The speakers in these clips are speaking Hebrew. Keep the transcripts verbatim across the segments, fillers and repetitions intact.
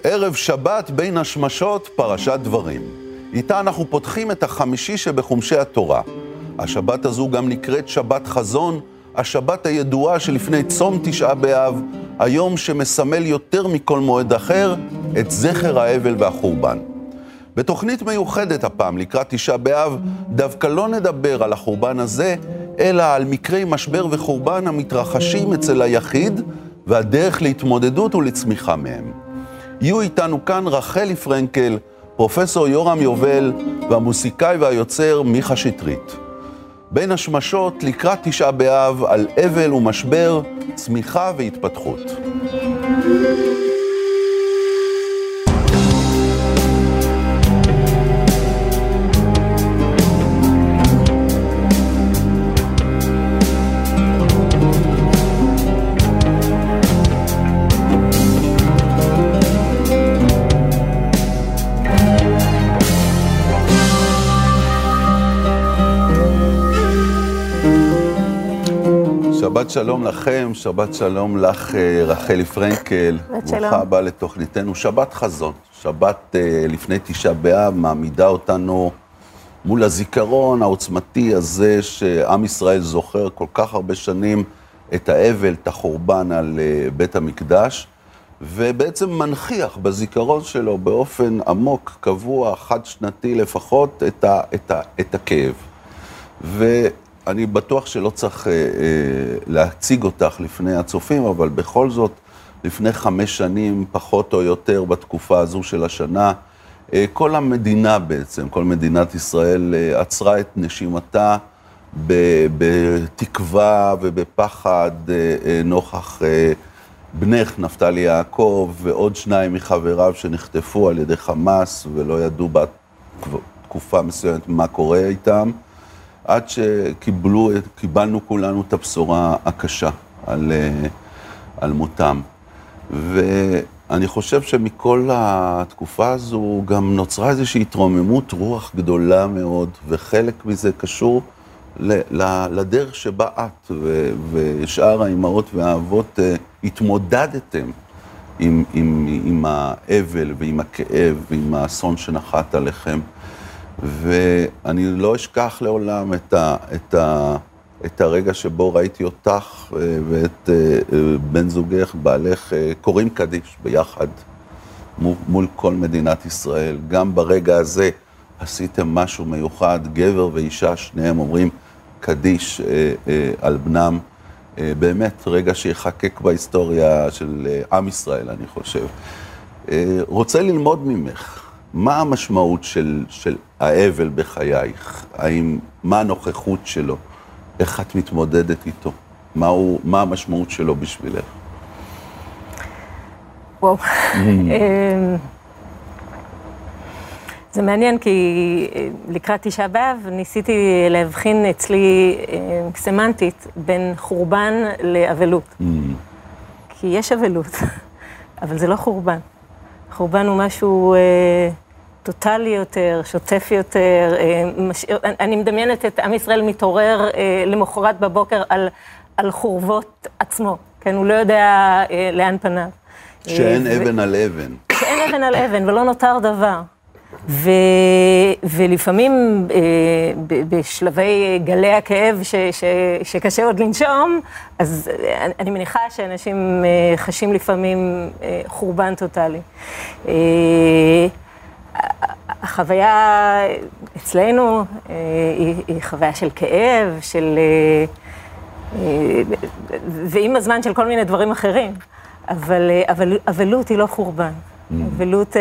ערב שבת בין השמשות, פרשת דברים. איתה אנחנו פותחים את החמישי שבחומשי התורה. השבת הזו גם נקראת שבת חזון, השבת הידועה שלפני צום תשעה באב, היום שמסמל יותר מכל מועד אחר את זכר האבל והחורבן. בתוכנית מיוחדת הפעם לקראת תשעה באב, דווקא לא נדבר על החורבן הזה, אלא על מקרי משבר וחורבן המתרחשים אצל היחיד, והדרך להתמודדות ולצמיחה מהם. יהיו איתנו כאן רחלי פרנקל, פרופסור יורם יובל, והמוסיקאי והיוצר מיכה שטרית. בין השמשות לקראת תשעה באב על אבל ומשבר, צמיחה והתפתחות. שבת שלום לכם, שבת שלום לך רחלי פרנקל. ברוכה הבאה לתוכניתנו. שבת חזון, שבת לפני תשעה באב מעמידה אותנו מול הזיכרון העוצמתי הזה שעם ישראל זוכר כל כך הרבה שנים את האבל, את החורבן על בית המקדש, ובעצם מנכיח בזיכרון שלו באופן עמוק, קבוע, חד שנתי לפחות, את, ה, את, ה, את הכאב. ו... אני בטוח שלא צריך אה, אה, להציג אותך לפני הצופים, אבל בכל זאת, לפני חמש שנים, פחות או יותר בתקופה הזו של השנה, אה, כל המדינה בעצם, כל מדינת ישראל, אה, עצרה את נשימתה בתקווה ובפחד, אה, אה, נוכח אה, בנך נפתלי יעקב ועוד שניים מחבריו שנחטפו על ידי חמאס, ולא ידעו בתקופה מסוימת מה קורה איתם. עד שקיבלו, קיבלנו כולנו את הבשורה הקשה על, על מותם. ואני חושב שמכל התקופה הזו גם נוצרה איזושהי התרוממות רוח גדולה מאוד, וחלק מזה קשור לדרך שבה את ושאר האימהות והאבות התמודדתם עם, עם, עם האבל ועם הכאב ועם האסון שנחת עליכם. ואני לא אשכח לעולם את, ה, את, ה, את הרגע שבו ראיתי אותך ואת בן זוגך, בעלך, קוראים קדיש ביחד מול, מול כל מדינת ישראל. גם ברגע הזה עשיתם משהו מיוחד, גבר ואישה, שניהם אומרים קדיש על בנם. באמת רגע שיחקק בהיסטוריה של עם ישראל, אני חושב. רוצה ללמוד ממך. מה המשמעות של, של האבל בחייך? האם, מה הנוכחות שלו? איך את מתמודדת איתו? מה, הוא, מה המשמעות שלו בשבילך? וואו. זה מעניין כי לקראת תשעה באב ניסיתי להבחין אצלי סמנטית בין חורבן לאבלות. כי יש אבלות, אבל זה לא חורבן. חורבן הוא משהו... טוטלי יותר, שוטף יותר, אני מדמיינת את עם ישראל מתעורר למחרת בבוקר על, על חורבות עצמו, כן, הוא לא יודע לאן פניו. שאין ו... אבן על אבן. שאין אבן על אבן ולא נותר דבר. ו... ולפעמים בשלבי גלי הכאב ש... ש... שקשה עוד לנשום, אז אני מניחה שאנשים חשים לפעמים חורבן טוטלי. החוויה אצלנו היא, היא חוויה של כאב, של... ועם הזמן של כל מיני דברים אחרים. אבל, אבל, אבלות היא לא חורבן. Mm. אבלות...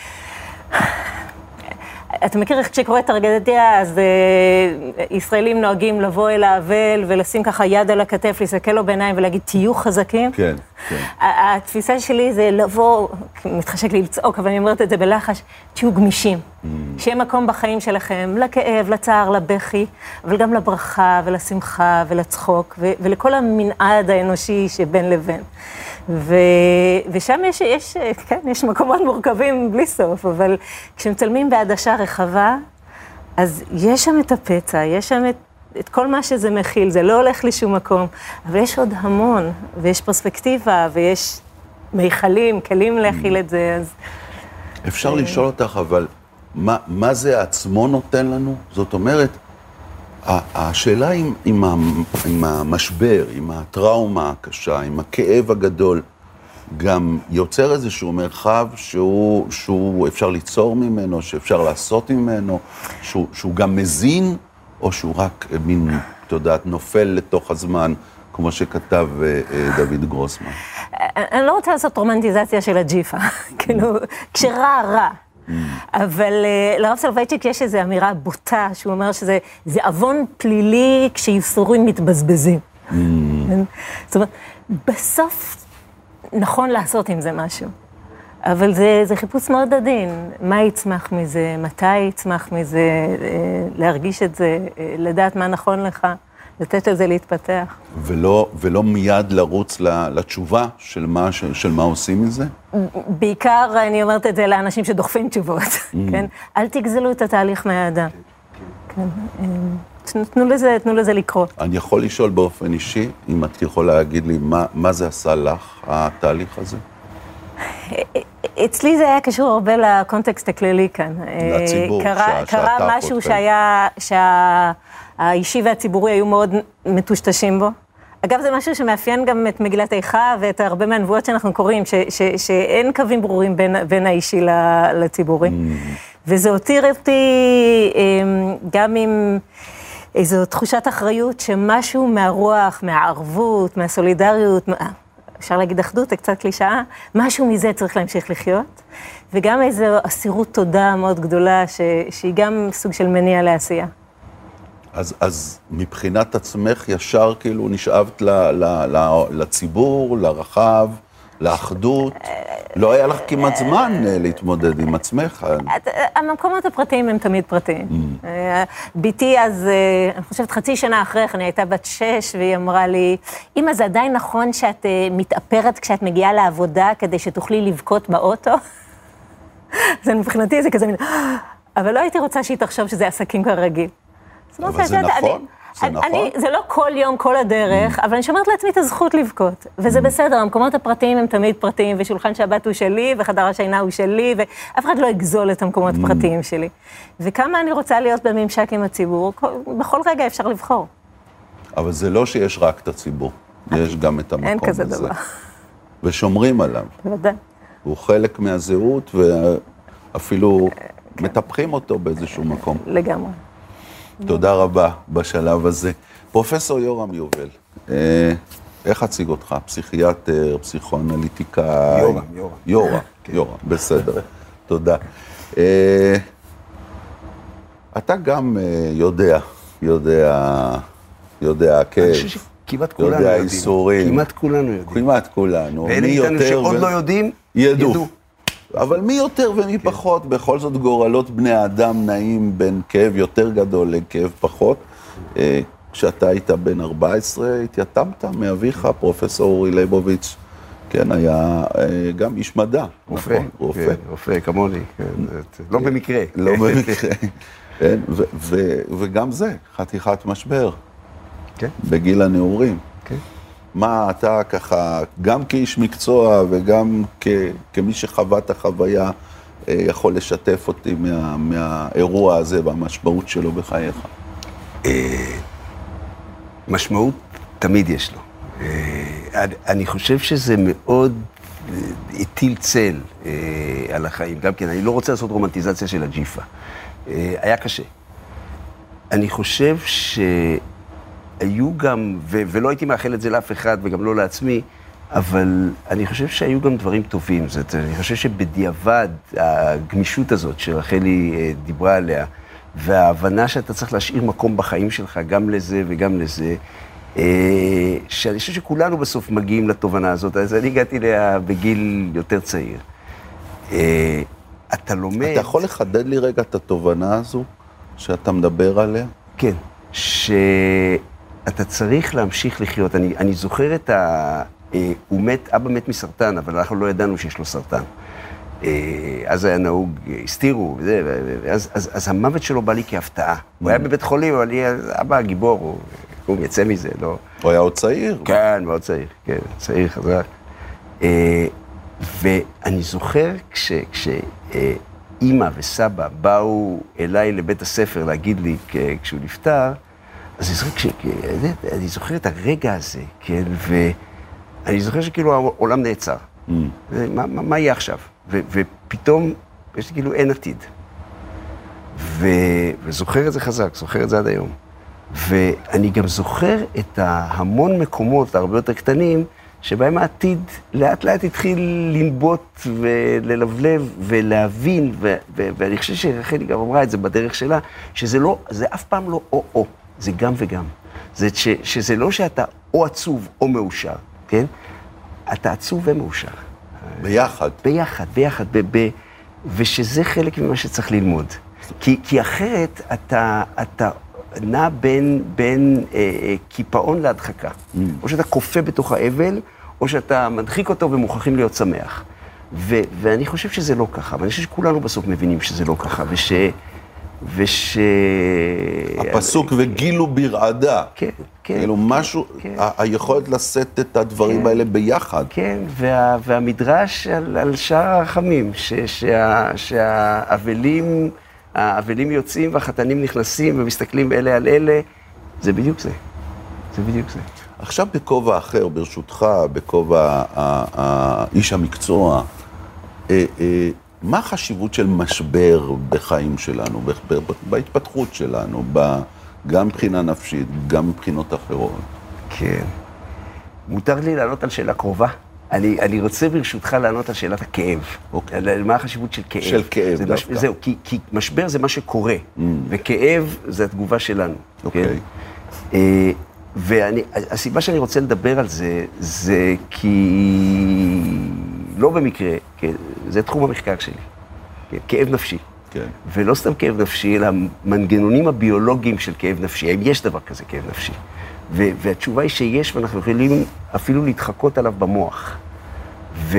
אתה מכיר איך כשקוראת טרגדיה, אז ישראלים נוהגים לבוא אל האבל ולשים ככה יד על הכתף, להסתכל לו בעיניים ולהגיד, תהיו חזקים. כן, כן. התפיסה שלי זה לבוא, מתחשק לי לצעוק, אבל אני אומרת את זה בלחש, תהיו גמישים. Mm. שיהיה מקום בחיים שלכם, לכאב, לצער, לבכי, אבל גם לברכה ולשמחה ולצחוק, ו- ולכל המנעד האנושי שבין לבין. ו... ושם יש, יש, כן, יש מקומות מורכבים בלי סוף, אבל כשמצלמים בעדשה רחבה, אז יש שם את הפצע, יש שם את, את כל מה שזה מכיל, זה לא הולך לשום מקום, אבל יש עוד המון, ויש פרספקטיבה, ויש מיכלים, כלים להכיל את זה, אז... אפשר לשאול אותך, אבל מה, מה זה עצמו נותן לנו? זאת אומרת, השאלה עם, עם, עם המשבר, עם הטראומה הקשה, עם הכאב הגדול, גם יוצר איזשהו מרחב שהוא, שהוא אפשר ליצור ממנו, שאפשר לעשות ממנו, שהוא, שהוא גם מזין, או שהוא רק מין, אתה יודעת, נופל לתוך הזמן, כמו שכתב דוד גרוסמן. אני לא רוצה לעשות רומנטיזציה של הג'יפה, כאילו, כשרע, רע. אבל לרב סולובייצ'יק יש איזו אמירה בוטה, שהוא אומר שזה עוון פלילי כשייסורים מתבזבזים. זאת אומרת, בסוף נכון לעשות עם זה משהו, אבל זה, זה חיפוש מאוד עדין. מה יצמח מזה, מתי יצמח מזה, להרגיש את זה, לדעת מה נכון לך, לתת לזה להתפתח. ולא, ולא מיד לרוץ לתשובה של מה, של, של מה עושים מזה? בעיקר אני אומרת את זה לאנשים שדוחפים תשובות, כן? אל תגזלו את התהליך מהאדם. כן. תנו לזה, תנו לזה לקרות. אני יכול לשאול באופן אישי, אם את יכולה להגיד לי מה, מה זה עשה לך, התהליך הזה? אצלי זה היה קשור הרבה לקונטקסט הכללי כאן. לציבור, קרה, קרה משהו שהיה, שהאישי והציבורי היו מאוד מטושטשים בו. אגב, זה משהו שמאפיין גם את מגילת איכה ואת הרבה מהנבואות שאנחנו קוראים, ש, ש, שאין קווים ברורים בין, בין האישי לציבורי. Mm. וזה הותיר אותי גם עם איזו תחושת אחריות שמשהו מהרוח, מהערבות, מהסולידריות, אפשר להגיד אחדות, זה קצת קלישאה, משהו מזה צריך להמשיך לחיות, וגם איזו אסירות תודה מאוד גדולה, ש, שהיא גם סוג של מניע לעשייה. אז, אז מבחינת עצמך ישר כאילו נשאבת ל, ל, ל, לציבור, לרחב, לאחדות, לא היה לך כמעט זמן להתמודד עם עצמך. המקומות הפרטיים הם תמיד פרטיים. ביתי אז, אני חושבת חצי שנה אחריך, אני הייתה בת שש, והיא אמרה לי, אמא, זה עדיין נכון שאת מתאפרת כשאת מגיעה לעבודה, כדי שתוכלי לבכות באוטו? אז מבחינתי זה כזה, אבל לא הייתי רוצה שהיא תחשוב שזה עסקים כרגיל. אבל זה נכון. זה נכון? אני, זה לא כל יום, כל הדרך, אבל אני שומרת לעצמי את הזכות לבכות. וזה בסדר, המקומות הפרטיים הם תמיד פרטיים, ושולחן שבת הוא שלי, וחדר השינה הוא שלי, ואף אחד לא יגזול את המקומות הפרטיים שלי. וכמה אני רוצה להיות בממשק עם הציבור, בכל רגע אפשר לבחור. אבל זה לא שיש רק את הציבור, יש גם את המקום הזה. אין כזה דבר. ושומרים עליו. בוודאי. הוא חלק מהזהות, ואפילו מטפחים אותו באיזשהו מקום. לגמרי. תודה רבה בשלב הזה. פרופסור יורם יובל, איך אציג אותך? פסיכיאטר, פסיכואנליטיקאי? יורם, יורם. יורם, יורם, בסדר. תודה. אתה גם יודע, יודע, יודע כאב, אני חושב שכמעט כולנו יודע יודעים. איסורים. כמעט כולנו יודעים. כמעט כולנו. ואלה איתנו שעוד לא יודעים, ידעו. אבל מי יותר ומי כן. פחות, בכל זאת גורלות בני האדם נעים בין כאב יותר גדול לכאב פחות. כשאתה היית בן ארבע עשרה, התייתמת מאביך, פרופסור אורי ליבוביץ', כן, היה גם איש מדע. רופא, נכון? רופא. כן, רופא, כמוני, כן, לא במקרה. לא במקרה, כן, ו- ו- וגם זה, חתיכת משבר, כן. בגיל הנעורים. כן. מה אתה ככה, גם כאיש מקצוע וגם כ- כמי שחווה את החוויה, יכול לשתף אותי מה- מהאירוע הזה והמשמעות שלו בחייך? משמעות תמיד יש לו. אני חושב שזה מאוד הטיל צל על החיים. גם כן, אני לא רוצה לעשות רומנטיזציה של הג'יפה. היה קשה. אני חושב שהיו גם, ו- ולא הייתי מאחל את זה לאף אחד וגם לא לעצמי, אבל אני חושב שהיו גם דברים טובים. זאת, אני חושב שבדיעבד, הגמישות הזאת שרחלי דיברה עליה, וההבנה שאתה צריך להשאיר מקום בחיים שלך גם לזה וגם לזה, שאני חושב שכולנו בסוף מגיעים לתובנה הזאת, אז אני הגעתי לה בגיל יותר צעיר. אתה לומד... אתה יכול לחדד לי רגע את התובנה הזו שאתה מדבר עליה? כן, שאתה צריך להמשיך לחיות. אני, אני זוכר את ה... הוא מת, אבא מת מסרטן, אבל אנחנו לא ידענו שיש לו סרטן. אז היה נהוג, הסתירו, וזה, ואז, אז, אז המוות שלו בא לי כהפתעה. הוא היה בבית חולים, אבל לי, אבא הגיבור, הוא, הוא יצא מזה, לא... הוא היה עוד צעיר. כן, מאוד צעיר, כן, צעיר, חזק. ואני זוכר כש, כשאימא וסבא באו אליי לבית הספר להגיד לי כשהוא נפטר, אז אני זוכר, כש, אני זוכר את הרגע הזה, כן, ואני זוכר שכאילו העולם נעצר. Mm. מה, מה, מה יהיה עכשיו? ו, ופתאום יש לי כאילו אין עתיד. ו, וזוכר את זה חזק, זוכר את זה עד היום. ואני גם זוכר את ההמון מקומות הרבה יותר קטנים, שבהם העתיד לאט לאט התחיל לנבוט וללבלב ולהבין, ו- ו- ואני חושב שרחלי גם אמרה את זה בדרך שלה, שזה לא, זה אף פעם לא או-או, זה גם וגם. זה ש- שזה לא שאתה או עצוב או מאושר, כן? אתה עצוב ומאושר. ביחד. ביחד, ביחד, ב- ב- ושזה חלק ממה שצריך ללמוד. כי, כי אחרת אתה, אתה נע בין, בין אה, אה, קיפאון להדחקה. Mm. או שאתה קופה בתוך האבל, או שאתה מדחיק אותו ומוכרחים להיות שמח. ו, ואני חושב שזה לא ככה, ואני חושב שכולנו בסוף מבינים שזה לא ככה, וש... וש... הפסוק וגילו ברעדה. כן, כן. כאילו משהו, כן. ה- היכולת לשאת את הדברים כן. האלה ביחד. כן, וה, והמדרש על, על שער הרחמים, ש, שה, שהאבלים... האבלים יוצאים והחתנים נכנסים ומסתכלים אלה על אלה, זה בדיוק זה. זה בדיוק זה. עכשיו בכובע אחר, ברשותך, בכובע האיש המקצוע, מה החשיבות של משבר בחיים שלנו, בהתפתחות שלנו, גם מבחינה נפשית, גם מבחינות אחרות? כן. מותר לי לענות על שאלה קרובה? אני, אני רוצה ברשותך לענות על שאלת הכאב. אוקיי. מה החשיבות של כאב? של כאב זה דווקא. מש, זהו, כי, כי משבר זה מה שקורה, mm. וכאב זה התגובה שלנו. אוקיי. כן? אה, ואני, הסיבה שאני רוצה לדבר על זה, זה כי לא במקרה, כן, זה תחום המחקר שלי. כן, כאב נפשי. כן. ולא סתם כאב נפשי, אלא מנגנונים הביולוגיים של כאב נפשי. האם יש דבר כזה כאב נפשי? ו- והתשובה היא שיש, ואנחנו יכולים אפילו להתחקות עליו במוח. ו...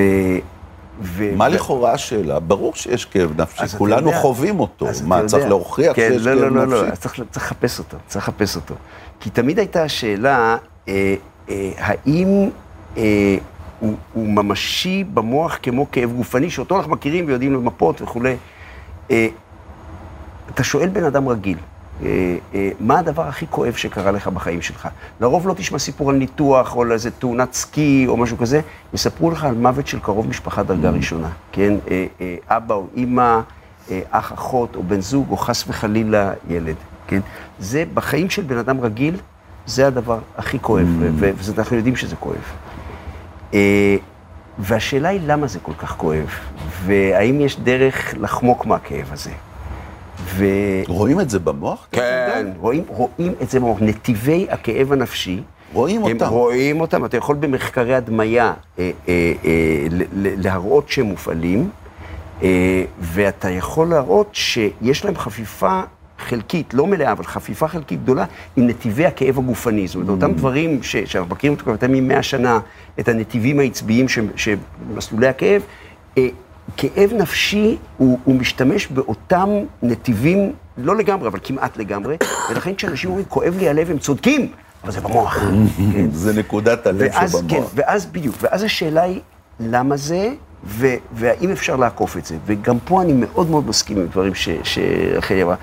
ו- מה ו- לכאורה השאלה? ברור שיש כאב נפשי, כולנו יודע, חווים אותו. מה, יודע. צריך להוכיח כן, שיש לא, כאב לא, לא, נפשי? לא, צריך, צריך לחפש אותו, צריך לחפש אותו. כי תמיד הייתה השאלה, אה, אה, האם אה, הוא, הוא ממשי במוח כמו כאב גופני, שאותו אנחנו מכירים ויודעים למפות וכולי. אה, אתה שואל בן אדם רגיל, מה הדבר הכי כואב שקרה לך בחיים שלך? לרוב לא תשמע סיפור על ניתוח או על איזה תאונת סקי או משהו כזה, יספרו לך על מוות של קרוב משפחה דרגה ראשונה, כן? אבא או אמא, אח, אחות או בן זוג או חס וחלילה ילד, כן? זה בחיים של בן אדם רגיל, זה הדבר הכי כואב, ואנחנו יודעים שזה כואב. והשאלה היא למה זה כל כך כואב, והאם יש דרך לחמוק מהכאב הזה. ו... רואים את זה במוח? כן, רואים, רואים את זה במוח. נתיבי הכאב הנפשי, רואים הם אותם. רואים אותם, אתה יכול במחקרי הדמיה אה, אה, אה, להראות שהם מופעלים, אה, ואתה יכול להראות שיש להם חפיפה חלקית, לא מלאה, אבל חפיפה חלקית גדולה, עם נתיבי הכאב הגופני. זאת אומרת, אותם דברים ש... שאנחנו מכירים אותו כבר יותר ממאה שנה, את הנתיבים העצביים ש... שמסלולי הכאב, אה, כאב נפשי הוא, הוא משתמש באותם נתיבים, לא לגמרי, אבל כמעט לגמרי, ולכן כשאנשים אומרים, כואב לי הלב, הם צודקים, אבל זה במוח. כן? זה נקודת הלב שבמוח. כן, ואז בדיוק, ואז השאלה היא, למה זה, ו, והאם אפשר לעקוף את זה? וגם פה אני מאוד מאוד מסכים עם דברים שרחלי אמרה,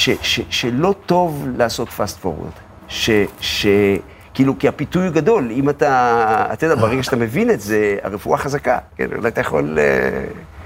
שלא טוב לעשות fast forward, ש... ש כאילו, כי הפיתוי הוא גדול, אם אתה, אתה יודע, ברגע שאתה מבין את זה, הרפואה חזקה, כן, אולי אתה יכול אה,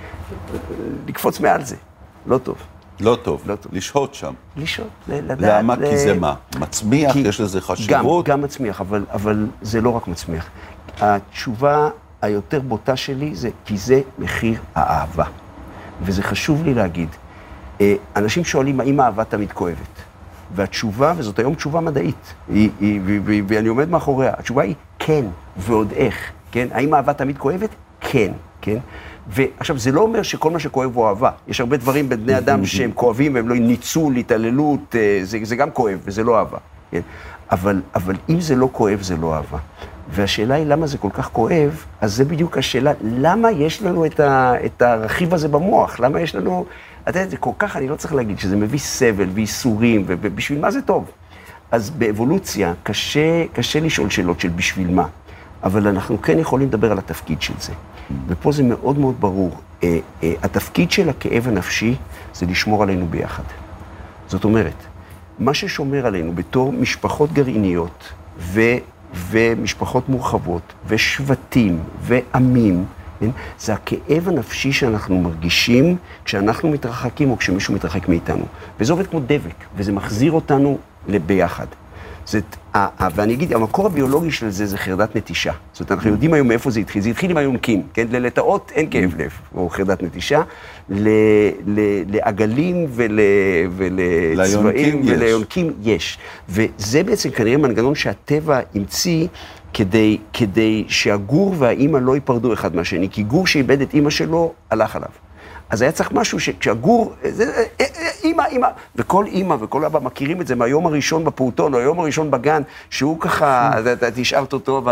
לקפוץ מעל זה, לא טוב. לא טוב, לא טוב. לשהות שם. לשהות, לדעת. למה? ל... כי זה מה? מצמיח? כי... יש לזה חשיבות? גם, גם מצמיח, אבל, אבל זה לא רק מצמיח. התשובה היותר בוטה שלי זה, כי זה מחיר האהבה. וזה חשוב לי להגיד. אנשים שואלים, האם האהבה תמיד כואבת? והתשובה, וזאת היום תשובה מדעית, היא, היא, היא, ואני עומד מאחוריה, התשובה היא כן, ועוד איך, כן? האם האהבה תמיד כואבת? כן, כן? ועכשיו, זה לא אומר שכל מה שכואב הוא אהבה. יש הרבה דברים בבני אדם שהם כואבים, והם לא ניצול, התעללות, זה, זה גם כואב, וזה לא אהבה, כן? אבל, אבל אם זה לא כואב, זה לא אהבה. והשאלה היא למה זה כל כך כואב, אז זה בדיוק השאלה, למה יש לנו את, ה, את הרכיב הזה במוח? למה יש לנו... אתה יודע, זה כל כך, אני לא צריך להגיד, שזה מביא סבל ואיסורים, ובשביל מה זה טוב? אז באבולוציה קשה, קשה לשאול שאלות של בשביל מה, אבל אנחנו כן יכולים לדבר על התפקיד של זה. ופה זה מאוד מאוד ברור. אה, אה, התפקיד של הכאב הנפשי זה לשמור עלינו ביחד. זאת אומרת, מה ששומר עלינו בתור משפחות גרעיניות ו, ומשפחות מורחבות ושבטים ועמים, כן? זה הכאב הנפשי שאנחנו מרגישים כשאנחנו מתרחקים או כשמישהו מתרחק מאיתנו. וזה עובד כמו דבק, וזה מחזיר אותנו לביחד. זאת, ואני אגיד, המקור הביולוגי של זה זה חרדת נטישה. זאת אומרת, אנחנו יודעים היום מאיפה זה התחיל. זה התחיל עם היונקים, כן? ללטאות אין כאב לב, או חרדת נטישה. ל, ל, לעגלים ול, ולצבעים וליונקים יש. וזה בעצם כנראה מנגנון שהטבע המציא כדי, כדי שהגור והאימא לא ייפרדו אחד מהשני, כי גור שאיבד את אימא שלו הלך עליו. אז היה צריך משהו שכשהגור, אימא, אימא, וכל אימא וכל אבא מכירים את זה מהיום הראשון בפעוטון, או היום הראשון בגן, שהוא ככה, אתה תשארת אותו,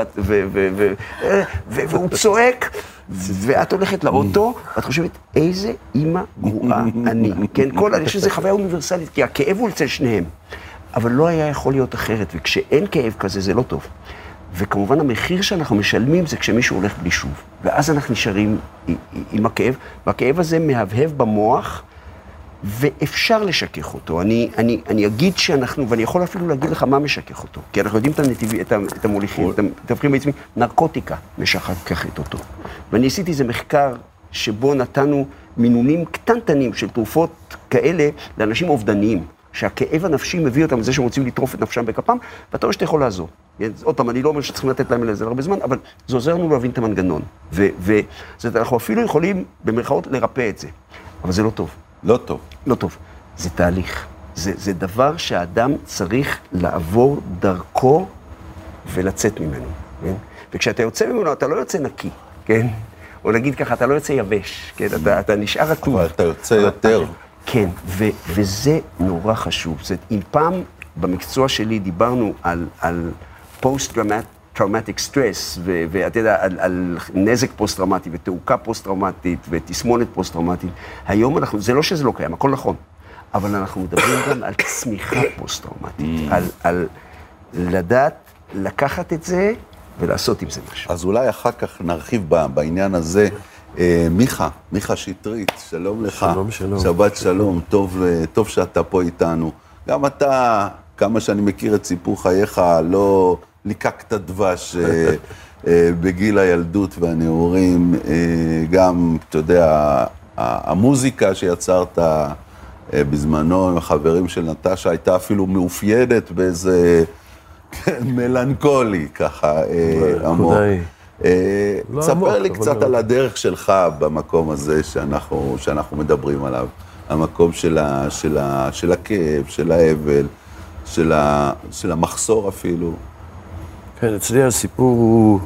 והוא צועק, ואת הולכת לאוטו, ואת חושבת, איזה אימא גרועה אני. כן, כל, אני חושב שזו חוויה אוניברסלית, כי הכאב הוא אצל שניהם, אבל לא היה יכול להיות אחרת, וכשאין כאב כזה, זה לא טוב. וכמובן המחיר שאנחנו משלמים זה כשמישהו הולך בלי שוב. ואז אנחנו נשארים עם הכאב, והכאב הזה מהבהב במוח, ואפשר לשכך אותו. אני, אני, אני אגיד שאנחנו, ואני יכול אפילו להגיד לך מה משכך אותו, כי אנחנו יודעים את הנתיבים, את, את המוליכים, את התפכים בעצמי, נרקוטיקה משככת אותו. ואני עשיתי איזה מחקר שבו נתנו מינונים קטנטנים של תרופות כאלה לאנשים אובדניים. שהכאב הנפשי מביא אותם לזה שהם רוצים לטרוף את נפשם בכפם, ואתה רואה שאתה יכול לעזור. עוד פעם, אני לא אומר שצריכים לתת להם לזה הרבה זמן, אבל זה עוזר לנו להבין את המנגנון. ואנחנו אפילו יכולים, במרכאות, לרפא את זה. אבל זה לא טוב. לא טוב. לא טוב. זה תהליך. זה, זה דבר שהאדם צריך לעבור דרכו ולצאת ממנו. כן? וכשאתה יוצא ממנו, אתה לא יוצא נקי, כן? או נגיד ככה, אתה לא יוצא יבש, כן? אתה, אתה נשאר רטוב. אבל אתה יוצא יותר. כן, ו- וזה נורא חשוב. זאת, אם פעם במקצוע שלי דיברנו על, על post-traumatic stress, ו- ואתה יודע, על, על נזק פוסט-טראומטי, ותעוקה פוסט-טראומטית, ותסמונת פוסט-טראומטית, היום אנחנו, זה לא שזה לא קיים, הכל נכון, אבל אנחנו מדברים גם על צמיחה פוסט-טראומטית, על, על לדעת לקחת את זה ולעשות עם זה משהו. אז אולי אחר כך נרחיב בעניין הזה. מיכה, מיכה שטרית, שלום לך. שלום, שלום. שבת שלום, טוב, טוב שאתה פה איתנו. גם אתה, כמה שאני מכיר את סיפור חייך, לא ליקקת דבש בגיל הילדות והנעורים. גם, אתה יודע, המוזיקה שיצרת בזמנו עם החברים של נטשה הייתה אפילו מאופיינת באיזה מלנכולי, ככה, עמוק. תספר לי קצת על הדרך שלך במקום הזה שאנחנו, שאנחנו מדברים עליו. המקום של, ה, של, ה, של הכאב, של האבל, של, ה, של המחסור אפילו. כן, אצלי הסיפור הוא...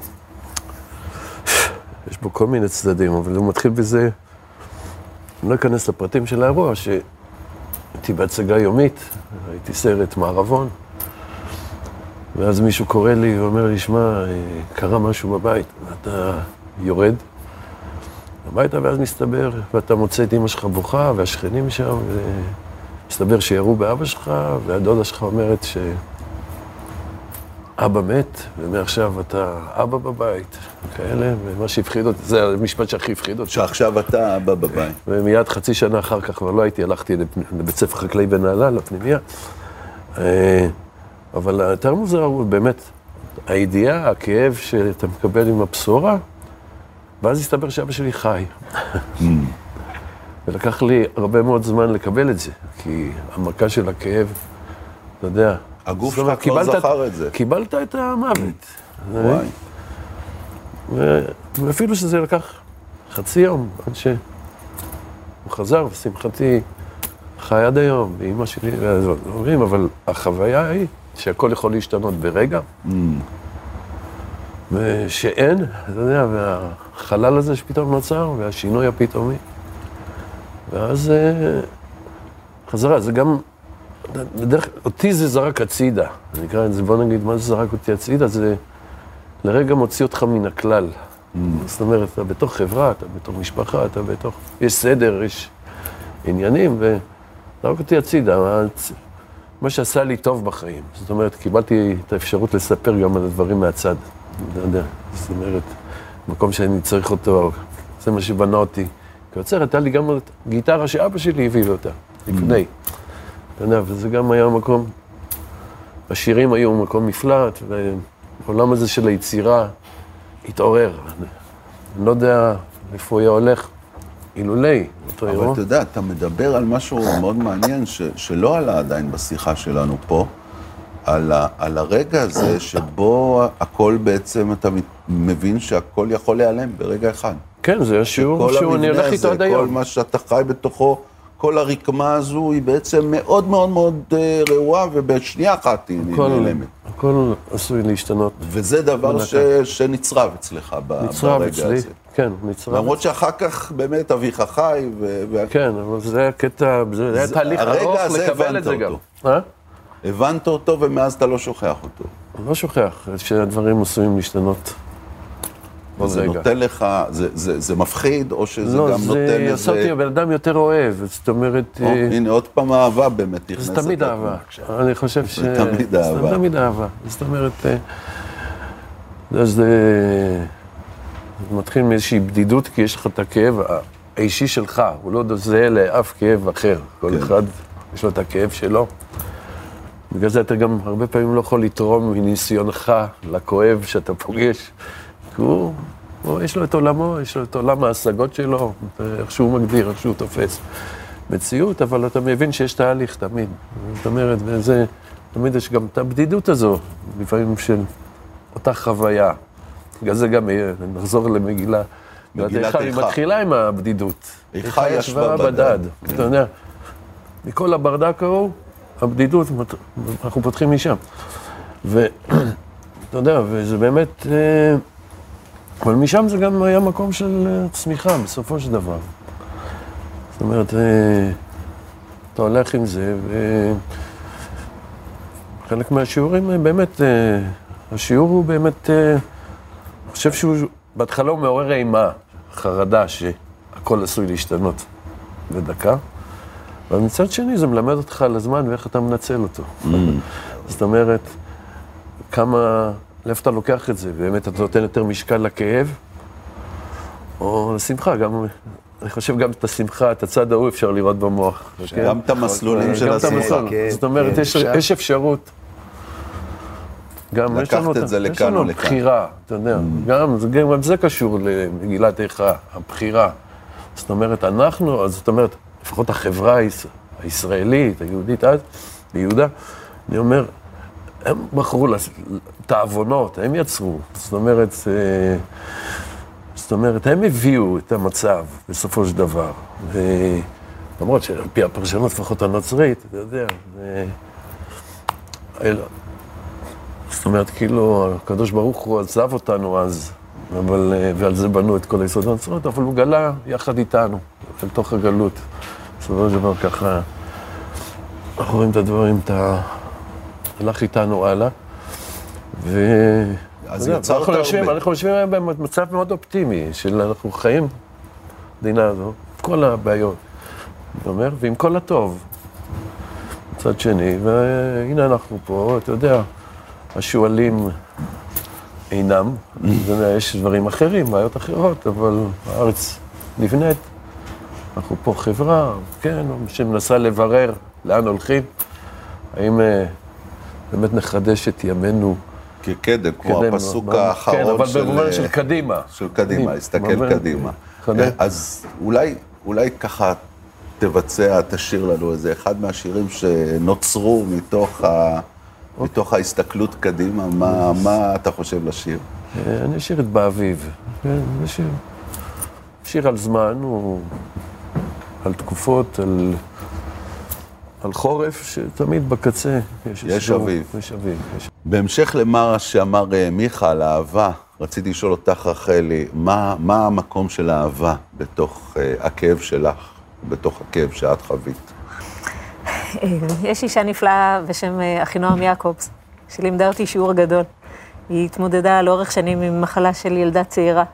יש בו כל מיני צדדים, אבל הוא מתחיל בזה... אני לא אכנס לפרטים של האירוע, שהייתי בהצגה יומית, הייתי סרט מערבון, ואז מישהו קורא לי ואומר לי, שמע, קרה משהו בבית, ואתה יורד הביתה, ואז מסתבר, ואתה מוצא את אמא שלך בוכה, והשכנים שם, ומסתבר שירו באבא שלך, והדודה שלך אומרת שאבא מת, ומעכשיו אתה אבא בבית, כאלה, ומה שהפחיד אותי, זה המשפט שהכי הפחיד אותי. שעכשיו אתה אבא בבית. ומיד חצי שנה אחר כך כבר לא הייתי, הלכתי לבית ספר חקלאי בנהלל, לפנימיה. אבל היותר מוזר הוא באמת הידיעה, הכאב שאתה מקבל עם הבשורה, ואז הסתבר שאבא שלי חי. ולקח לי הרבה מאוד זמן לקבל את זה, כי המכה של הכאב, אתה יודע... הגוף שלך לא זכר את זה. קיבלת את המוות. וואי. ואפילו שזה לקח חצי יום, עד שהוא חזר, ושמחתי חי עד היום, ואמא שלי, אומרים, אבל החוויה היא שהכל יכול להשתנות ברגע, ושאין, אתה יודע, והחלל הזה שפתאום נוצר, והשינוי הפתאומי. ואז חזרה, זה גם, בדרך, אותי זה זרק הצידה, אני אקרא את זה, בוא נגיד, מה זה זרק אותי הצידה, זה לרגע מוציא אותך מן הכלל. זאת אומרת, אתה בתוך חברה, אתה בתוך משפחה, אתה בתוך, יש סדר, יש עניינים, וזרק אותי הצידה, מה שעשה לי טוב בחיים. זאת אומרת, קיבלתי את האפשרות לספר גם על הדברים מהצד, אתה יודע, זאת אומרת, מקום שאני צריך אותו, זה מה שבנה אותי. כיוצר, הייתה לי גם גיטרה שאבא שלי הביא לי אותה, לפני. אתה יודע, וזה גם היה מקום, השירים היו מקום מפלט, והעולם הזה של היצירה התעורר. אני לא יודע איפה היה הולך, אילולי, אותו אירוע. אבל אתה יודע, אתה מדבר על משהו מאוד מעניין, ש, שלא עלה עדיין בשיחה שלנו פה, על, ה, על הרגע הזה שבו הכל בעצם, אתה מבין שהכל יכול להיעלם ברגע אחד. כן, זה השיעור שהוא אני הולך איתו עד היום. כל מה שאתה חי בתוכו, כל הרקמה הזו היא בעצם מאוד מאוד מאוד רעועה, ובשנייה אחת היא נעלמת. הכל עשוי להשתנות. וזה דבר ש, שנצרב אצלך ברגע נצרב הזה. אצלי, כן, נצרב. למרות שאחר כך באמת אביך חי. ו... כן, אבל זה היה קטע, זה היה תהליך ארוך לקבל את זה גם. אה? הבנת אותו ומאז אתה לא שוכח אותו. אני לא שוכח שהדברים עשויים להשתנות. וזה נותן לך, זה, זה, זה מפחיד, או שזה לא, גם זה נותן איזה... לא, זה עשה אותי הבן אדם יותר אוהב, זאת אומרת... או, הנה, עוד פעם אהבה באמת נכנסת. זה תמיד אהבה. אני חושב ש... זה תמיד אהבה. זה תמיד אהבה. זאת אומרת, זה, זה מתחיל מאיזושהי בדידות, כי יש לך את הכאב האישי שלך, הוא לא זהה לאף כאב אחר. כל כן. אחד יש לו את הכאב שלו. בגלל זה אתה גם הרבה פעמים לא יכול לתרום מניסיונך לכואב שאתה פוגש. כי הוא, הוא, יש לו את עולמו, יש לו את עולם ההשגות שלו, איך שהוא מגדיר, איך שהוא תופס מציאות, אבל אתה מבין שיש תהליך תמיד. זאת אומרת, וזה, תמיד יש גם את הבדידות הזו, לפעמים של אותה חוויה. בגלל זה גם נחזור למגילה. מגילת איכה. היא מתחילה עם הבדידות. איכה ישבה בדד. אתה יודע, מכל הברדק ההוא, הבדידות, אנחנו פותחים משם. ואתה יודע, וזה באמת... אבל משם זה גם היה מקום של צמיחה, בסופו של דבר. זאת אומרת, אתה הולך עם זה, וחלק מהשיעורים, באמת, השיעור הוא באמת, אני חושב שהוא בהתחלה הוא מעורר אימה, חרדה שהכל עשוי להשתנות בדקה, אבל מצד שני זה מלמד אותך על הזמן ואיך אתה מנצל אותו. זאת אומרת, כמה... לאיפה אתה לוקח את זה, באמת אתה נותן יותר משקל לכאב, או לשמחה, גם, אני חושב גם את השמחה, את הצד ההוא אפשר לראות במוח. גם את המסלולים של השמחה. זאת אומרת, יש אפשרות. גם לקחת את זה לכאן או לכאן. יש לנו בחירה, אתה יודע, גם זה קשור למגילת איכה, הבחירה. זאת אומרת, אנחנו, זאת אומרת, לפחות החברה הישראלית, היהודית אז, ביהודה, אני אומר, הם בחרו את העוונות, הם יצרו. זאת אומרת, זאת אומרת, הם הביאו את המצב בסופו של דבר. למרות שעל פי הפרשנות, לפחות הנוצרית, אתה יודע, זאת אומרת, כאילו, הקדוש ברוך הוא עזב אותנו אז, אבל, ועל זה בנו את כל היסוד הנוצרות, אבל הוא גלה יחד איתנו, אל תוך הגלות. בסופו של דבר ככה, אנחנו רואים את הדברים, את ה... הלך איתנו הלאה, ו... אז יצרת הרבה. אנחנו יושבים במצב מאוד אופטימי, של אנחנו חיים במדינה הזו, כל הבעיות, זאת אומרת, ועם כל הטוב, מצד שני, והנה אנחנו פה, אתה יודע, השואלים אינם, יש דברים אחרים, בעיות אחרות, אבל הארץ נבנית, אנחנו פה חברה, כן, שמנסה לברר לאן הולכים, האם... באמת נחדש את ימינו. כקדם, כמו הפסוק האחרון של... כן, אבל במובן של קדימה. של קדימה, הסתכל קדימה. אז אולי, אולי ככה תבצע, תשאיר לנו איזה אחד מהשירים שנוצרו מתוך, ה... מתוך ההסתכלות קדימה. מה, מה אתה חושב לשיר? אני אשיר את באביב. כן, נשיר. שיר על זמן, הוא... על תקופות, על... על חורף, שתמיד בקצה יש, יש אביב. יש אביב. יש... בהמשך למה שאמר מיכה על האהבה, רציתי לשאול אותך, רחלי, מה, מה המקום של האהבה בתוך uh, הכאב שלך, בתוך הכאב שאת חווית? יש אישה נפלאה בשם אחינועם יעקובס, שלימדה אותי שיעור גדול. היא התמודדה לאורך שנים עם מחלה של ילדה צעירה.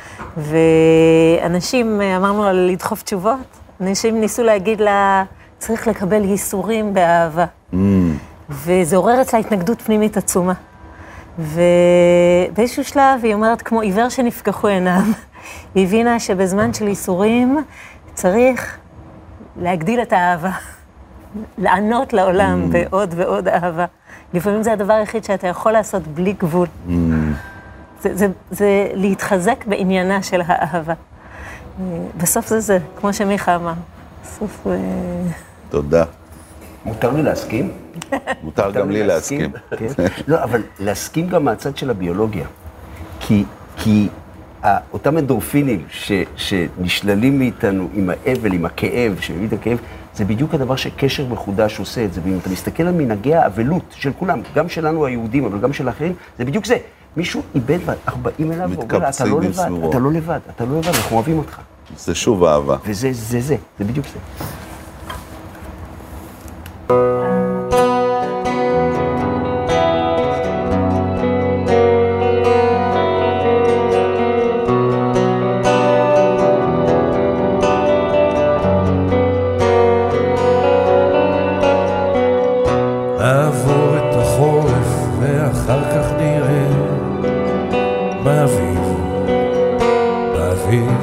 ואנשים, אמרנו לה לדחוף תשובות, אנשים ניסו להגיד לה, צריך לקבל ייסורים באהבה. Mm. וזה עורר אצלה התנגדות פנימית עצומה. ובאיזשהו שלב היא אומרת, כמו עיוור שנפקחו עיניו, היא הבינה שבזמן של איסורים צריך להגדיל את האהבה, לענות לעולם mm. בעוד ועוד אהבה. לפעמים זה הדבר היחיד שאתה יכול לעשות בלי גבול. Mm. זה, זה, זה להתחזק בעניינה של האהבה. בסוף זה זה, כמו שמיכה אמר. בסוף... תודה. מותר לי להסכים? מותר גם לי להסכים. לא, אבל להסכים גם מהצד של הביולוגיה. כי, כי אותם אנדורפינים שנשללים מאיתנו עם האבל, עם הכאב, שמביא את הכאב, זה בדיוק הדבר שקשר מחודש עושה את זה. ואם אתה מסתכל על מנהגי האבלות של כולם, גם שלנו היהודים, אבל גם של האחרים, זה בדיוק זה. מישהו איבד באים אליו ואומר, אתה לא לבד, אתה לא לבד, אתה לא לבד, אנחנו אוהבים אותך. זה שוב אהבה. וזה, זה, זה, זה בדיוק זה. נעבור את החורף ואחר כך נראה באביב, באביב.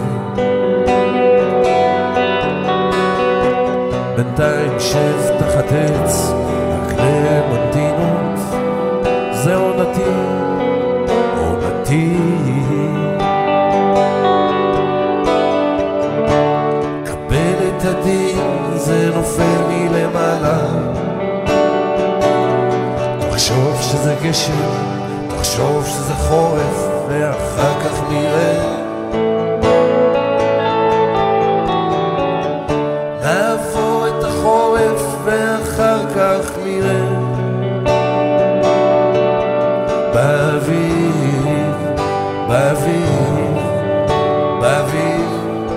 בינתיים שב תחת עץ, הקלמנטינות, זה עונתי, עונתי. קבל את הדין, זה נופל מלמעלה. תחשוב שזה גשם, תחשוב שזה חורף, ואחר כך נראה. נעבור את החורף, ואחר כך נראה. באביב, באביב, באביב.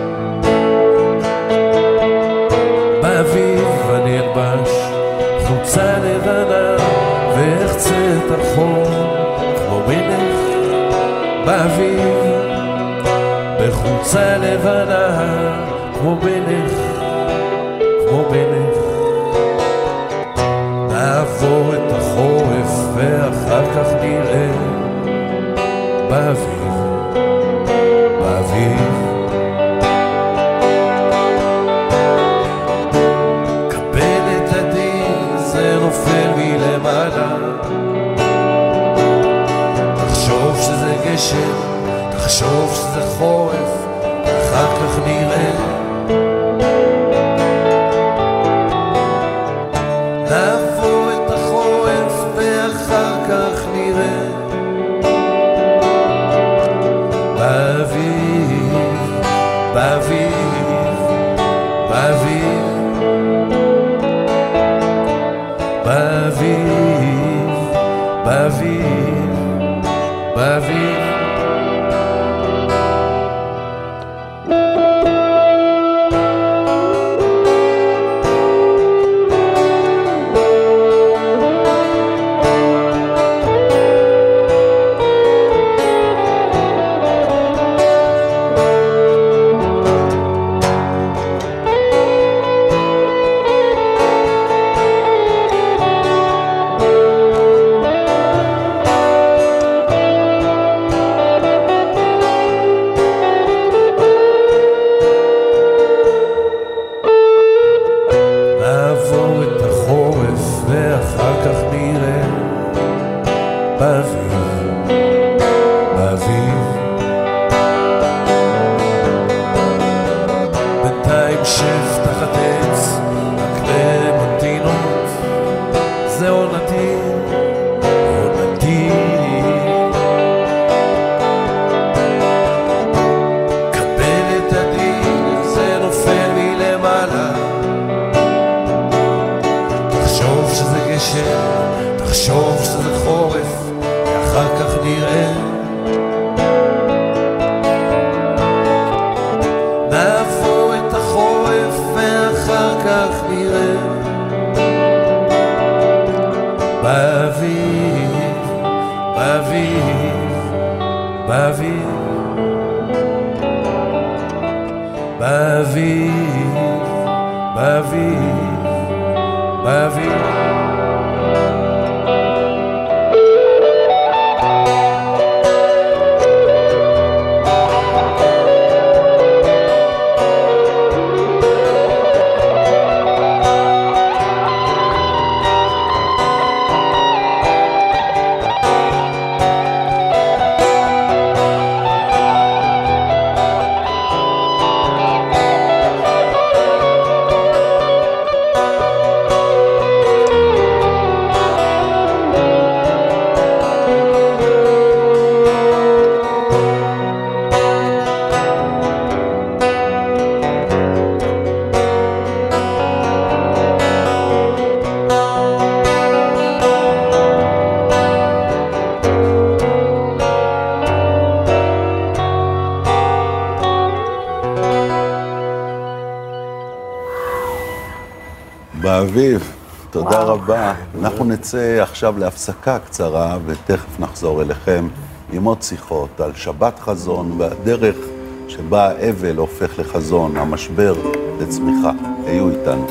באביב אני אלבש חולצה לבנה, ואחצה את הרחוב כמו מלך. באביב, בחולצה לבנה כמו מלך, כמו מלך. נעבור את החורף ואחר כך נראה. באביב, באביב. קבל את הדין, זה נופל מלמעלה. תחשוב שזה גשם, תחשוב שזה חורף, אחר כך נראה. נעבור את החורף ואחר כך נראה. באביב, באביב, באביב. באביב, באביב, באביב. נעבור את החורף ואחר כך נראה. באביב, באביב. בינתיים שב תחת עץ, הקלמנטינות, זה עונתי, עונתי. קבל את הדין, זה נופל מלמעלה. תחשוב שזה גשם, תחשוב שזה חורף, ואחר כך נראה. נעבור את החורף ואחר כך נראה. באביב, באביב, באביב. באביב, באביב, באביב. באביב, תודה רבה. אנחנו נצא עכשיו להפסקה קצרה, ותכף נחזור אליכם עם עוד שיחות על שבת חזון והדרך שבה האבל הופך לחזון, המשבר לצמיחה. היו איתנו.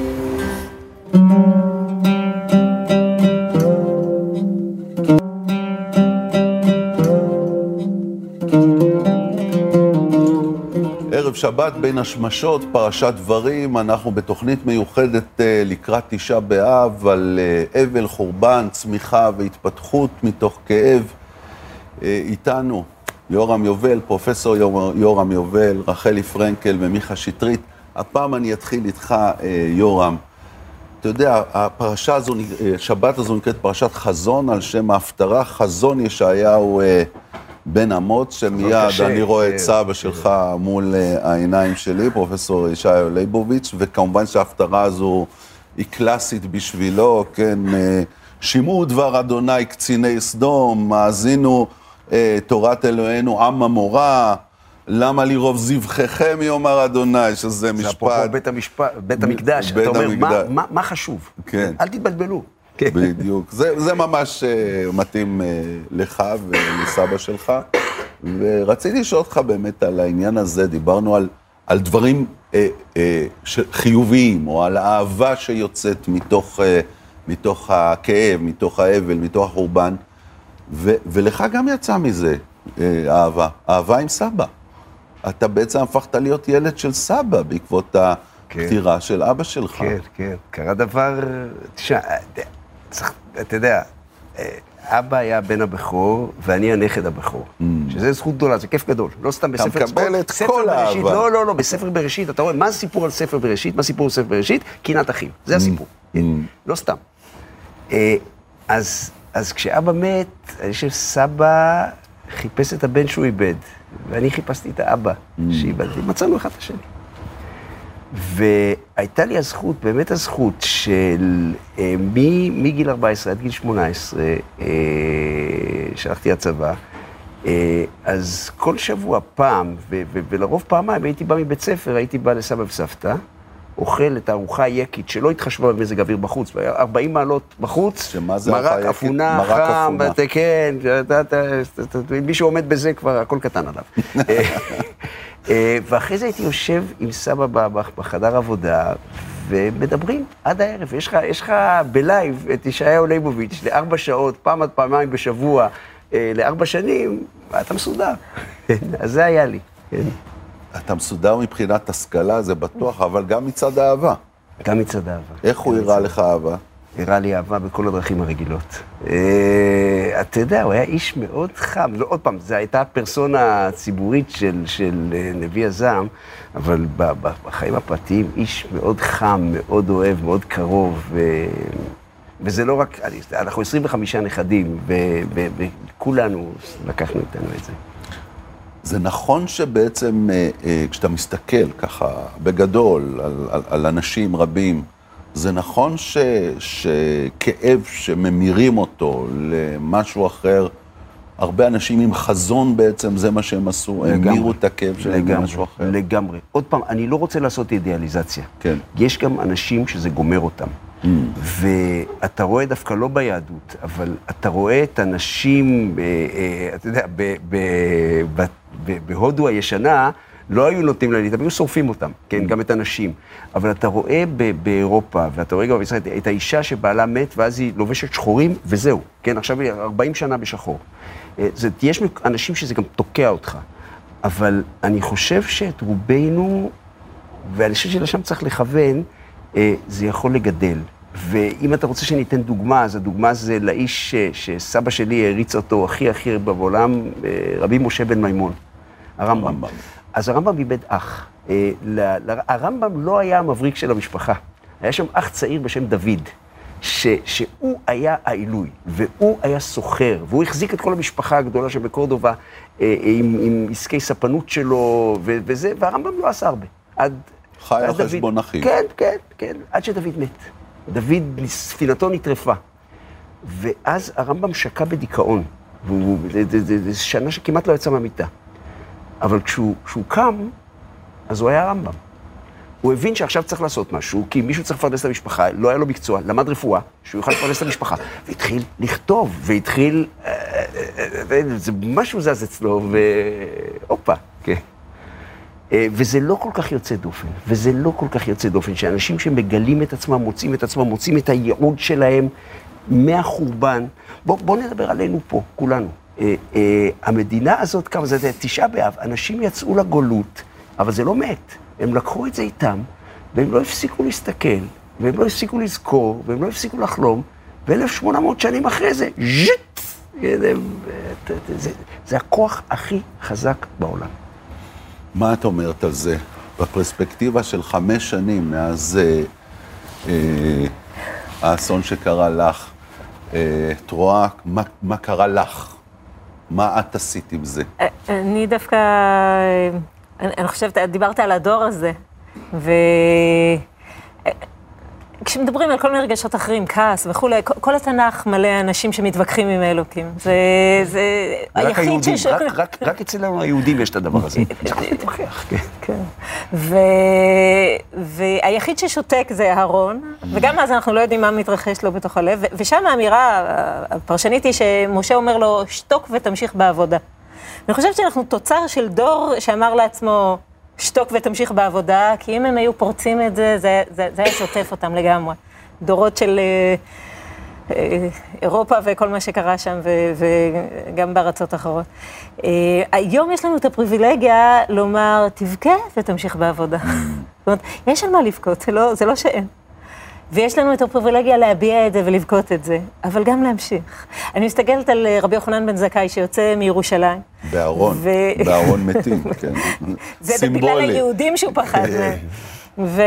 ערב שבת בין השמשות, פרשת דברים, אנחנו בתוכנית מיוחדת לקראת תשעה באב על אבל, חורבן, צמיחה והתפתחות מתוך כאב. איתנו יורם יובל, פרופסור יורם יובל, רחלי פרנקל ומיכה שטרית. הפעם אני אתחיל איתך, יורם. אתה יודע, הפרשה הזו, שבת הזו נקראת פרשת חזון, על שם ההפטרה, חזון ישעיהו בן אמוץ, שמיד אני רואה את סבא שלך מול העיניים שלי, פרופסור ישעיהו ליבוביץ', וכמובן שההפטרה הזו היא קלאסית בשבילו, כן, שימו דבר אדוני קציני סדום, מאזינו תורת אלוהינו עם המורה, למה לרוב זבחיכם יאמר אדוני, שזה משפט... זה אפרופו בית המשפט, בית המקדש, אתה אומר, מה, מה, מה חשוב? כן. אל תתבלבלו. בדיוק, זה, זה ממש מתאים לך ולסבא שלך, ורציתי לשאול אותך באמת על העניין הזה, דיברנו על, על דברים אה, אה, חיוביים, או על האהבה שיוצאת מתוך, אה, מתוך הכאב, מתוך האבל, מתוך החורבן, ו, ולך גם יצא מזה אה, אהבה, אהבה עם סבא. אתה בעצם הפכת להיות ילד של סבא בעקבות הפטירה כן. של אבא שלך. כן, כן, קרה דבר, תשמע, אתה יודע, אבא היה בן הבכור, ואני הנכד הבכור. Mm. שזה זכות גדולה, זה כיף גדול. לא סתם בספר... אתה מקבל את כל האהבה. לא, לא, לא, בספר בראשית, אתה רואה, מה הסיפור על ספר בראשית? מה הסיפור על ספר בראשית? קנאת אחים. זה הסיפור. Mm. לא סתם. אז, אז כשאבא מת, אני חושב, סבא חיפש את הבן שהוא איבד, ואני חיפשתי את האבא mm. שאיבדתי. מצאנו אחד את השני. והייתה לי הזכות, באמת הזכות, של אה, מגיל ארבע עשרה עד גיל שמונה עשרה, אה, שלחתי הצבא, אה, אז כל שבוע פעם, ו- ו- ולרוב פעמיים, הייתי בא מבית ספר, הייתי בא לסבא וסבתא, אוכל את הארוחה היקית שלא התחשבה במזג אוויר בחוץ, ארבעים מעלות בחוץ, שמה זה מרק אפונה, חם, כן, מי שעומד בזה כבר, הכל קטן עליו. ואחרי זה הייתי יושב עם סבא בחדר עבודה, ומדברים עד הערב. יש לך, יש לך בלייב את ישעיהו ליבוביץ' לארבע שעות, פעם עד פעמיים בשבוע, לארבע שנים, אתה מסודר. אז זה היה לי. אתה מסודר מבחינת השכלה, זה בטוח, אבל גם מצד אהבה. גם מצד אהבה. איך הוא הראה לך אהבה? הראה לי אהבה בכל הדרכים הרגילות. אתה יודע, הוא היה איש מאוד חם. עוד פעם, זו הייתה הפרסונה הציבורית של נביא הזעם, אבל בחיים הפרטיים, איש מאוד חם, מאוד אוהב, מאוד קרוב, וזה לא רק, אנחנו עשרים וחמישה נכדים, וכולנו לקחנו איתנו את זה. זה נכון שבעצם, כשאתה מסתכל ככה בגדול על, על, על אנשים רבים, זה נכון ש, שכאב שממירים אותו למשהו אחר, הרבה אנשים עם חזון בעצם, זה מה שהם עשו, הם המירו את הכאב שלהם למשהו אחר. לגמרי. עוד פעם, אני לא רוצה לעשות אידיאליזציה. כן. יש גם אנשים שזה גומר אותם. Mm. ואתה רואה דווקא לא ביהדות, אבל אתה רואה את אנשים, אתה יודע, בהודו הישנה, לא היו נותנים להם, היו שורפים אותם, כן, גם את הנשים. אבל אתה רואה באירופה, ואתה רואה גם בישראל, את האישה שבעלה מת, ואז היא לובשת שחורים, וזהו. כן, עכשיו היא ארבעים שנה בשחור. זה, יש אנשים שזה גם תוקע אותך. אבל אני חושב שאת רובנו, ואני חושב שלשם צריך לכוון, זה יכול לגדל. ואם אתה רוצה שניתן דוגמה, אז הדוגמה זה לאיש שסבא שלי הריץ אותו הכי הכי בעולם, רבי משה בן מימון, הרמב"ם. אז הרמב"ם איבד אח. הרמב"ם לא היה המבריק של המשפחה. היה שם אח צעיר בשם דוד, ש, שהוא היה העילוי, והוא היה סוחר, והוא החזיק את כל המשפחה הגדולה שבקורדובה, עם, עם עסקי ספנות שלו, ו, וזה, והרמב"ם לא עשה הרבה. עד, חי על חשבון אחים. כן, כן, כן, עד שדוד מת. דוד, ספינתו נטרפה. ואז הרמב"ם שקע בדיכאון, זו שנה שכמעט לא יצא מהמיטה. אבל כשהוא, כשהוא קם, אז הוא היה הרמב"ם. הוא הבין שעכשיו צריך לעשות משהו, כי מישהו צריך לפרנס את המשפחה, לא היה לו מקצוע, למד רפואה, שהוא יוכל לפרנס את המשפחה, והתחיל לכתוב, והתחיל, זה משהו זז אצלו, והופה, כן. וזה לא כל כך יוצא דופן, וזה לא כל כך יוצא דופן, שאנשים שמגלים את עצמם, מוצאים את עצמם, מוצאים את הייעוד שלהם מהחורבן. בוא, בוא נדבר עלינו פה, כולנו. המדינה הזאת, כמה זה, תשעה באב, אנשים יצאו לגולות, אבל זה לא מת. הם לקחו את זה איתם, והם לא הפסיקו להסתכל, והם לא הפסיקו לזכור, והם לא הפסיקו לחלום, ו-אלף שמונה מאות שנים אחרי זה, ז'ט! זה, זה הכוח הכי חזק בעולם. מה את אומרת על זה? בפרספקטיבה של חמש שנים מאז אה, אה, האסון שקרה לך, אה, את רואה מה, מה קרה לך? מה את עשית עם זה? אני דווקא, אני, אני חושבת, דיברת על הדור הזה, ו... כשמדברים על כל מיני רגשות אחרים, כעס וכולי, כל התנ"ך מלא אנשים שמתווכחים עם האלוקים. זה, זה היחיד שש... רק, רק, רק אצלנו היהודים יש את הדבר הזה. צריך להתווכח, כן. כן. ו... והיחיד ששותק זה אהרון, וגם אז אנחנו לא יודעים מה מתרחש לו בתוך הלב, ושם האמירה הפרשנית היא שמשה אומר לו, שתוק ותמשיך בעבודה. אני חושבת שאנחנו תוצר של דור שאמר לעצמו, שתוק ותמשיך בעבודה, כי אם הם היו פורצים את זה, זה, זה, זה היה שוטף אותם לגמרי. דורות של אה, אה, אירופה וכל מה שקרה שם, ו, וגם בארצות אחרות. אה, היום יש לנו את הפריבילגיה לומר, תבכה ותמשיך בעבודה. זאת אומרת, יש על מה לבכות, זה לא, זה לא שאין. ויש לנו את הפריבילגיה להביע את זה ולבכות את זה, אבל גם להמשיך. אני מסתכלת על רבי יוחנן בן זכאי שיוצא מירושלים. בארון, ו... בארון מתים, כן. זה סימבולי. בגלל היהודים שהוא פחד מהם. ו...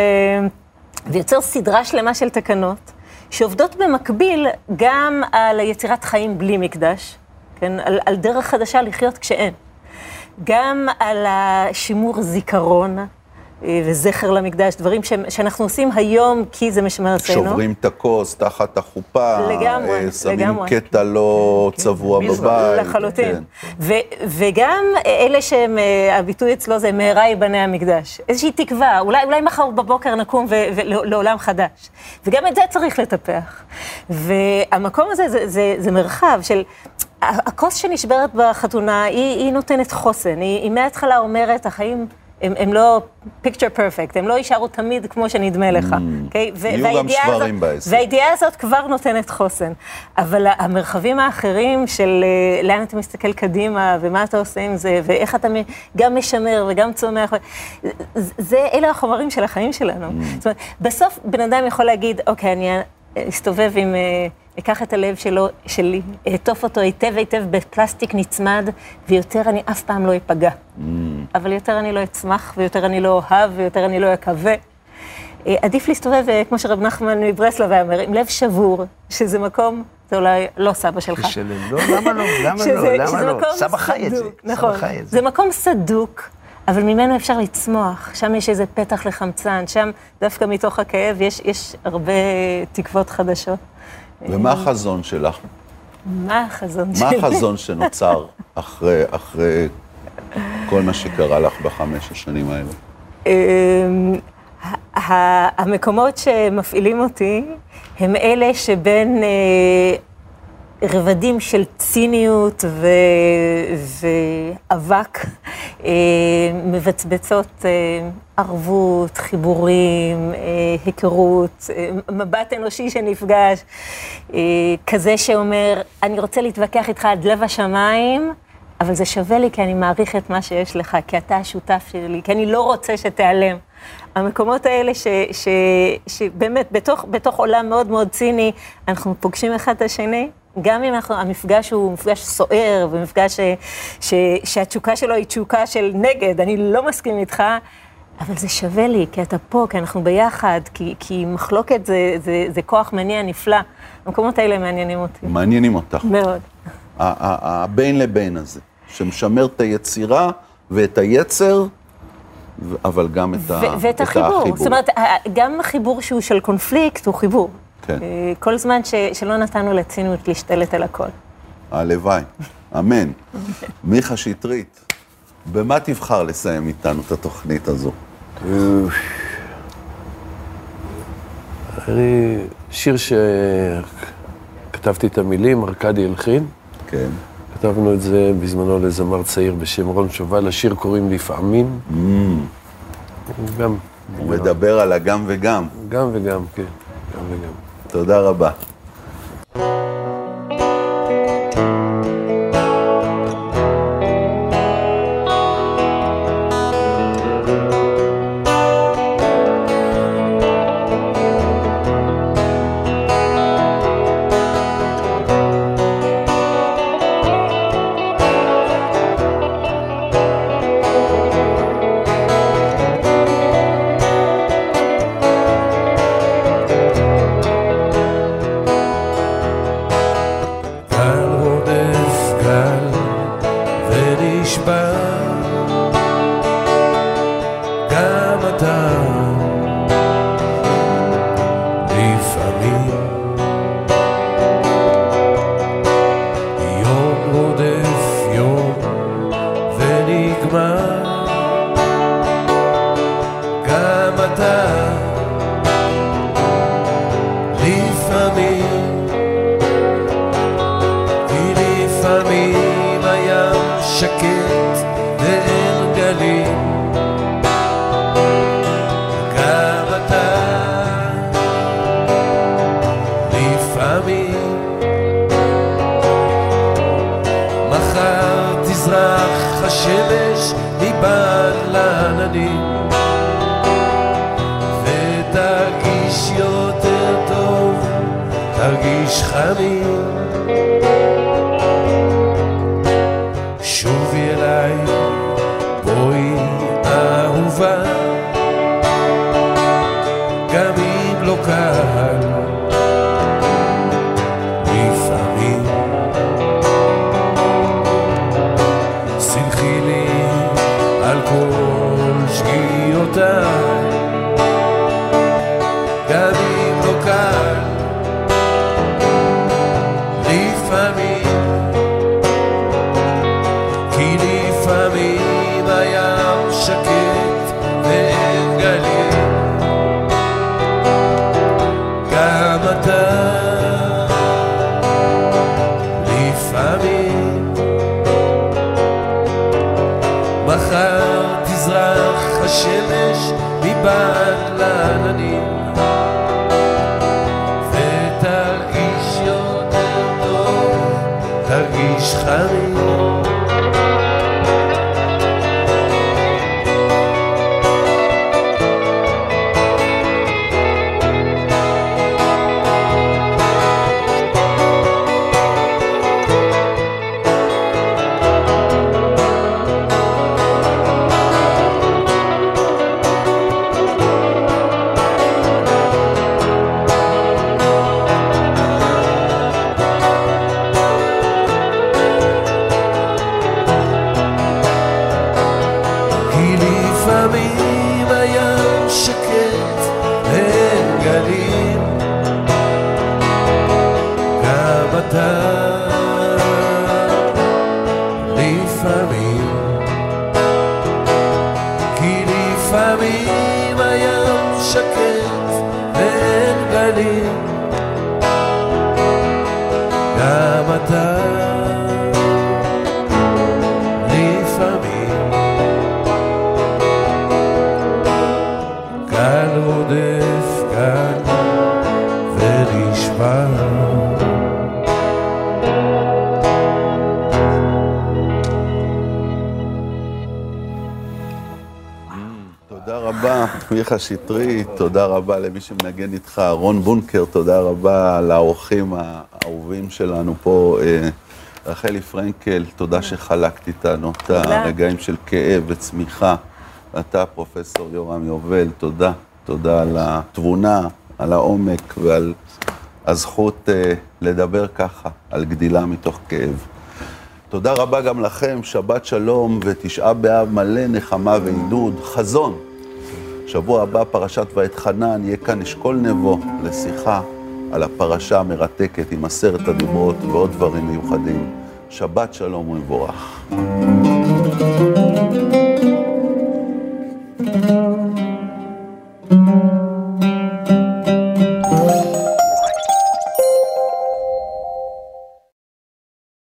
ויוצר סדרה שלמה של תקנות, שעובדות במקביל גם על יצירת חיים בלי מקדש, כן? על, על דרך חדשה לחיות כשאין. גם על השימור זיכרון, וזכר למקדש, דברים ש... שאנחנו עושים היום כי זה משמר עשינו. שוברים את הכוס תחת החופה, לגמרי, שמים לגמרי. קטע לא כן. צבוע כן. בבית. לחלוטין. כן. ו... וגם אלה שהם, הביטוי אצלו זה מהרה ייבנה המקדש. איזושהי תקווה, אולי, אולי מחר בבוקר נקום ו... ולעולם חדש. וגם את זה צריך לטפח. והמקום הזה זה, זה, זה מרחב של... הכוס שנשברת בחתונה היא, היא נותנת חוסן, היא, היא מההתחלה אומרת, החיים... הם, הם לא picture perfect, הם לא יישארו תמיד כמו שנדמה לך, אוקיי? Mm. יהיו גם שברים בעסק. והידיעה הזאת כבר נותנת חוסן. אבל המרחבים האחרים של לאן אתה מסתכל קדימה, ומה אתה עושה עם זה, ואיך אתה גם משמר וגם צומח, זה, אלה החומרים של החיים שלנו. Mm. זאת אומרת, בסוף בן אדם יכול להגיד, אוקיי, אני אסתובב עם... אקח את הלב שלו, שלי, אעטוף אותו היטב היטב בפלסטיק נצמד, ויותר אני אף פעם לא אפגע. Mm. אבל יותר אני לא אצמח, ויותר אני לא אוהב, ויותר אני לא אקווה. עדיף להסתובב, כמו שרב נחמן מברסלב אומר, עם לב שבור, שזה מקום, זה אולי לא סבא שלך. שלם, לא, למה לא? למה לא? למה לא? סבא חי את זה. נכון, זה מקום סדוק, אבל ממנו אפשר לצמוח. שם יש איזה פתח לחמצן, שם דווקא מתוך הכאב יש, יש הרבה תקוות חדשות. ומה החזון שלך? מה החזון שלי? מה החזון שנוצר אחרי, אחרי כל מה שקרה לך בחמש השנים האלה? המקומות שמפעילים אותי הם אלה שבין רבדים של ציניות ואבק, מבצבצות ערבות, חיבורים, היכרות, מבט אנושי שנפגש, כזה שאומר, אני רוצה להתווכח איתך עד לב השמיים, אבל זה שווה לי כי אני מעריך את מה שיש לך, כי אתה השותף שלי, כי אני לא רוצה שתיעלם. המקומות האלה ש, ש, שבאמת בתוך, בתוך עולם מאוד מאוד ציני, אנחנו פוגשים אחד את השני, גם אם אנחנו, המפגש הוא מפגש סוער, ומפגש ש, ש, שהתשוקה שלו היא תשוקה של נגד, אני לא מסכים איתך, אבל זה שווה לי, כי אתה פה, כי אנחנו ביחד, כי, כי מחלוקת זה, זה, זה כוח מניע נפלא. המקומות האלה מעניינים אותי. מעניינים אותך. מאוד. הבין לבין הזה, שמשמר את היצירה ואת היצר, אבל גם את, ה, ואת את החיבור. החיבור. זאת אומרת, גם חיבור שהוא של קונפליקט הוא חיבור. כן. כל זמן ש, שלא נתנו לציניות להשתלט על הכל. הלוואי, אמן. מיכה שטרית, במה תבחר לסיים איתנו את התוכנית הזו? אני, שיר שכתבתי את המילים, ארקדי הלחין. כן. כתבנו את זה בזמנו לזמר צעיר בשם רון שובל, לשיר קוראים לפעמים. Mm. גם. הוא מדבר על הגם וגם. גם וגם, כן. גם וגם. תודה רבה. מיכה שטרית, תודה רבה למי שמנגן איתך, רון בונקר, תודה רבה לאורחים האהובים שלנו פה, רחלי פרנקל, תודה שחלקת איתנו את הרגעים של כאב וצמיחה, אתה פרופסור יורם יובל, תודה, תודה על התבונה, על העומק ועל הזכות לדבר ככה, על גדילה מתוך כאב. תודה רבה גם לכם, שבת שלום ותשעה באב מלא נחמה ועידוד, חזון. שבוע הבא פרשת ואתחנן, יהיה כאן אשכול נבו לשיחה על הפרשה המרתקת עם עשרת הדיברות ועוד דברים מיוחדים. שבת שלום ומבורך.